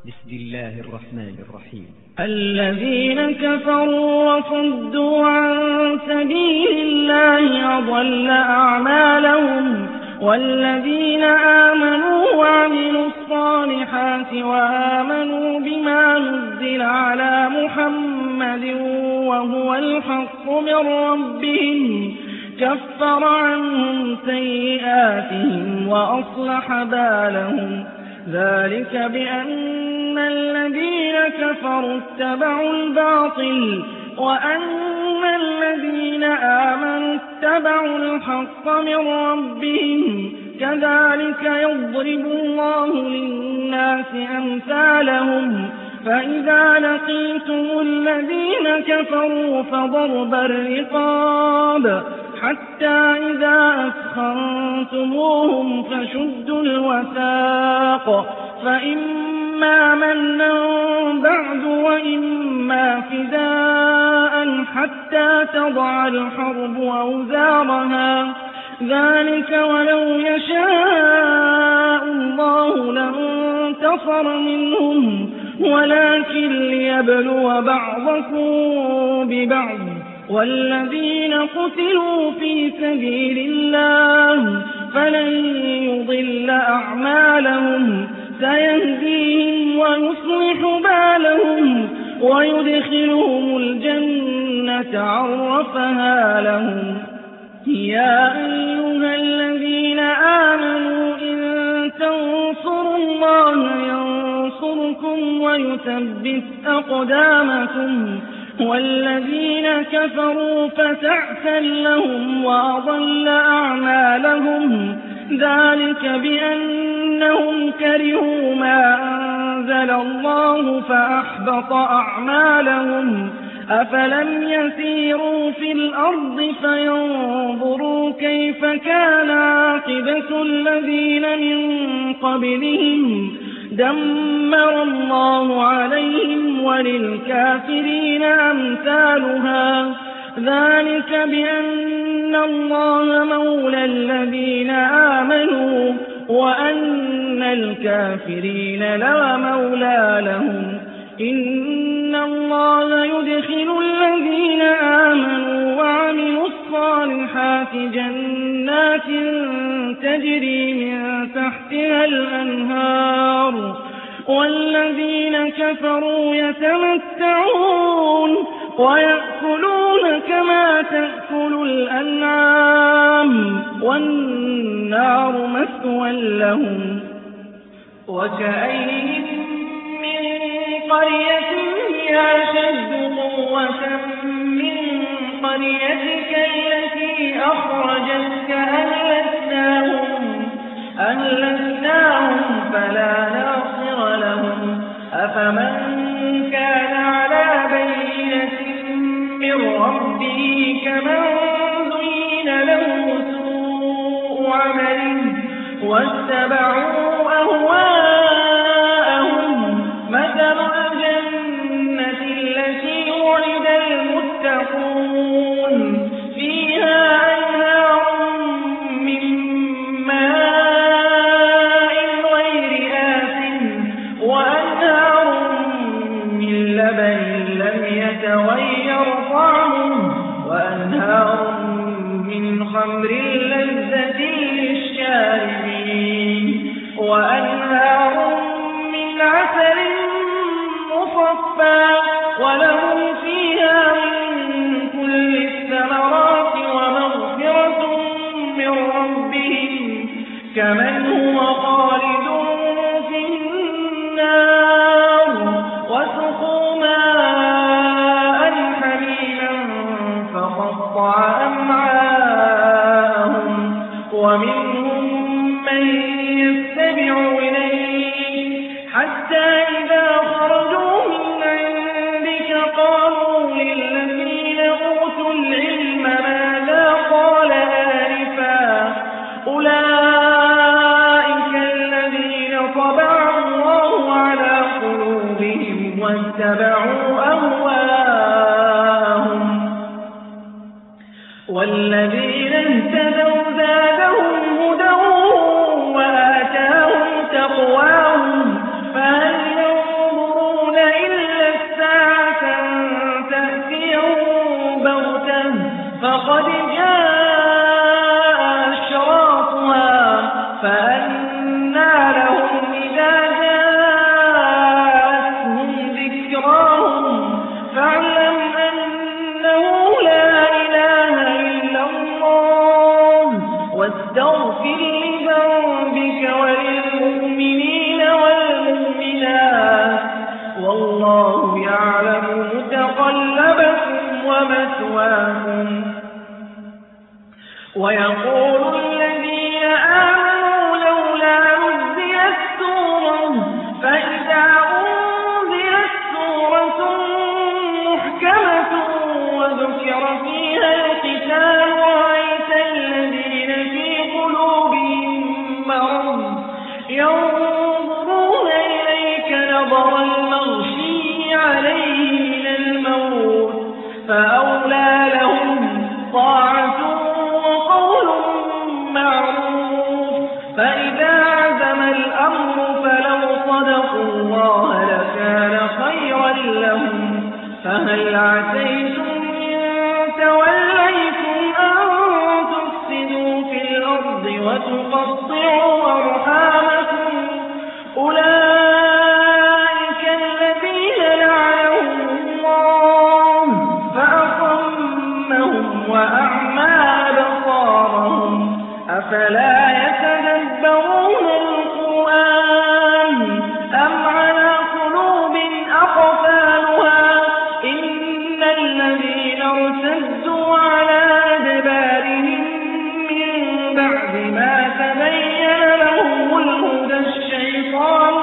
بسم الله الرحمن الرحيم. الذين كفروا وصدوا عن سبيل الله أضل أعمالهم والذين آمنوا وعملوا الصالحات وآمنوا بما نزل على محمد وهو الحق من ربهم كفر عنهم سيئاتهم وأصلح بالهم ذلك بأن الذين كفروا اتبعوا الباطل وأن الذين آمنوا اتبعوا الحق من ربهم كذلك يضرب الله للناس أمثالهم فإذا لقيتم الذين كفروا فضرب الرقاب حتى إذا أثخنتموهم فشدوا الوثاق فإما منا بعد وإما فداء حتى تضع الحرب أوزارها ذلك ولو يشاء الله لانتصر منهم ولكن ليبلو بعضكم ببعض والذين قتلوا في سبيل الله فلن يضل أعمالهم سيهديهم ويصلح بالهم ويدخلهم الجنة عرفها لهم يا أيها الذين آمنوا إن تنصروا الله ينصركم ويثبت أقدامكم والذين كفروا فتعسا لهم وأضل أعمالهم ذلك بأنهم كرهوا ما أنزل الله فأحبط أعمالهم أفلم يسيروا في الأرض فينظروا كيف كان عاقبة الذين من قبلهم دمر الله عليهم وللكافرين أمثالها ذلك بأن الله مولى الذين آمنوا وأن الكافرين لا مولى لهم إن الله يدخل الذين آمنوا وعملوا الصالحات جنات تجري من تحتها الأنهار والذين كفروا يتمتعون ويأكلون كما تأكل الأنعام والنار مثوى لهم وكأين من قرية هي أشد قوة من قريتك التي أخرجتك أهلكناهم فلا ناصر لهم أفمن كان على بينة من ربه كمن زين له سوء عمله واتبعوا أهواءهم مثل الجنة التي وعد المتقون فيها أنهار من ماء غير آسن وأنهار من لبن لم يتغير طعمه وأنهار من خمر لذة للشاربين وأنهار من عسل مصفى ولهم فيها من كل الثمرات ومغفرة من ربهم كمن هو خالد في النار وسقوا ماء حميما فقطع أمعاءهم ومنهم من يستمع إليه حتى إذا خرجوا من عندك قالوا للذين أوتوا العلم ماذا قال آنفا أولئك الذين طبع الله على قلوبهم واتبعوا أهواءهم والذين اهتدوا زادهم هدى وآتاهم تقواهم فهل ومثواكم ويقول الذين آمنوا لولا نزلت سورة فإذا أنزلت سورة محكمة وذكر فيها القتال رأيت الذين في قلوبهم مرض ينظرون إليك نظر المغشي عليه من الموت فأولى لهم طاعة وقول معروف فإذا عزم الأمر فلو صدقوا الله لكان خيرا لهم فهل عسيتم إن توليتم أن تفسدوا في الأرض وتقطعوا أرحامكم أولئك الذين لعنهم الله فأصمهم وأعمى أبصارهم أفلا يتدبرون القرآن أم على قلوب أقفالها إن الذين ارتدوا على أدبارهم من بعد ما تبين لهم الهدى الشيطان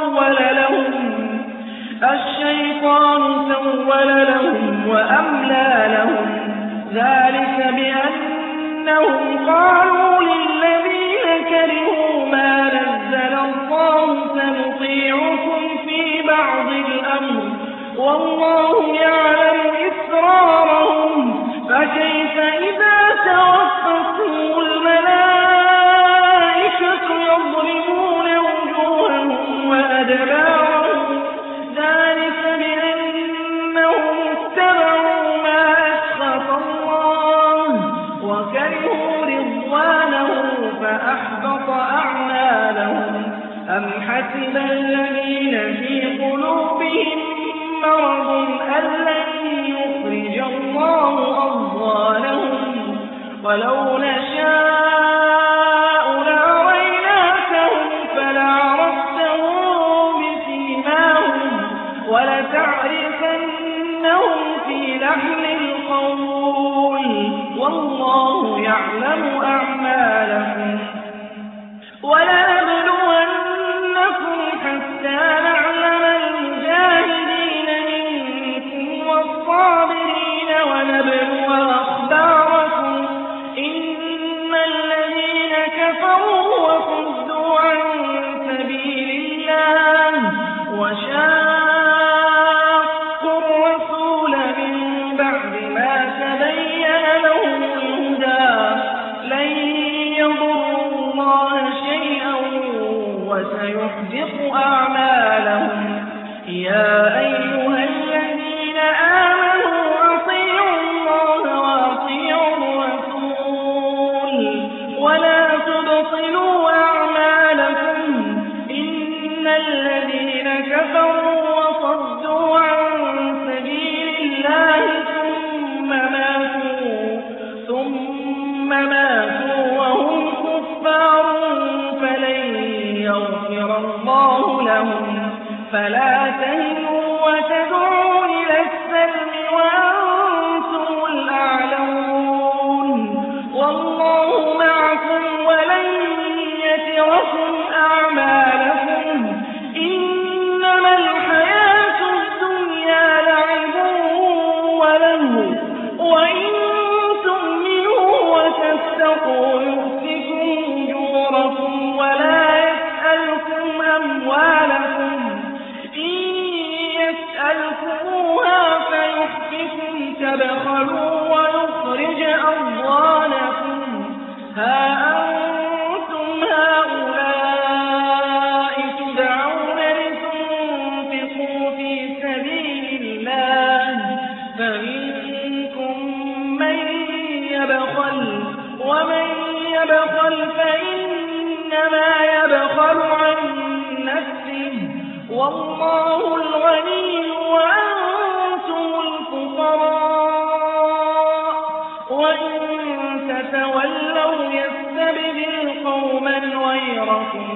سول لهم وأملى لهم ذلك بأنهم قالوا للذين كرهوا ما نزل الله سنطيعكم في بعض الأمر والله يعلم إسرارهم فكيف إذا توفتهم الملائكة يضربون وجوههم وأدبارهم ذلك بأنهم اتبعوا ما أسخط الله وكرهوا رضوانه فأحبط أعمالهم أم حسب الذين في قلوبهم مرض أن لن يخرج الله أضغانهم ولو نشاء لأريناكهم فلعرفتهم بسيماهم ولتعرفنهم في لحن القول والله يعلم أعمالكم ولنبلونكم حتى نعلم المجاهدين منكم والصابرين ونبلو أخباركم إن الذين كفروا وصدوا عن سبيل الله وشاقوا الرسول من بعد ما تبين لهم الهدى لن يضروا الله شيئا وسيحبط أعمالهم يا أيها الذين آمنوا أطيعوا الله وأطيعوا الرسول ولا تبطلوا أعمالكم إن الذين كفروا وصدوا عن سبيل الله ثم ماتوا وهم كفار فلن يغفر الله لهم فلا تهنوا وتدعوا إلى السلم وأنتم الأعلون والله معكم ولن يتركم أعمالكم إنما الحياة الدنيا لعب ولهو وإن تؤمنوا وتتقوا يؤتكم أجوركم ولا يسألكم أموالكم إن يسألكموها فيحفكم تبخلوا ويخرج أضغانكم ها أنتم هؤلاء تدعون لتنفقوا في سبيل الله فمنكم من يبخل ومن يبخل فإنما يبخل عن نفسه والله الغني وأنتم الفقراء وإن تتولوا يستبدل قوما غيركم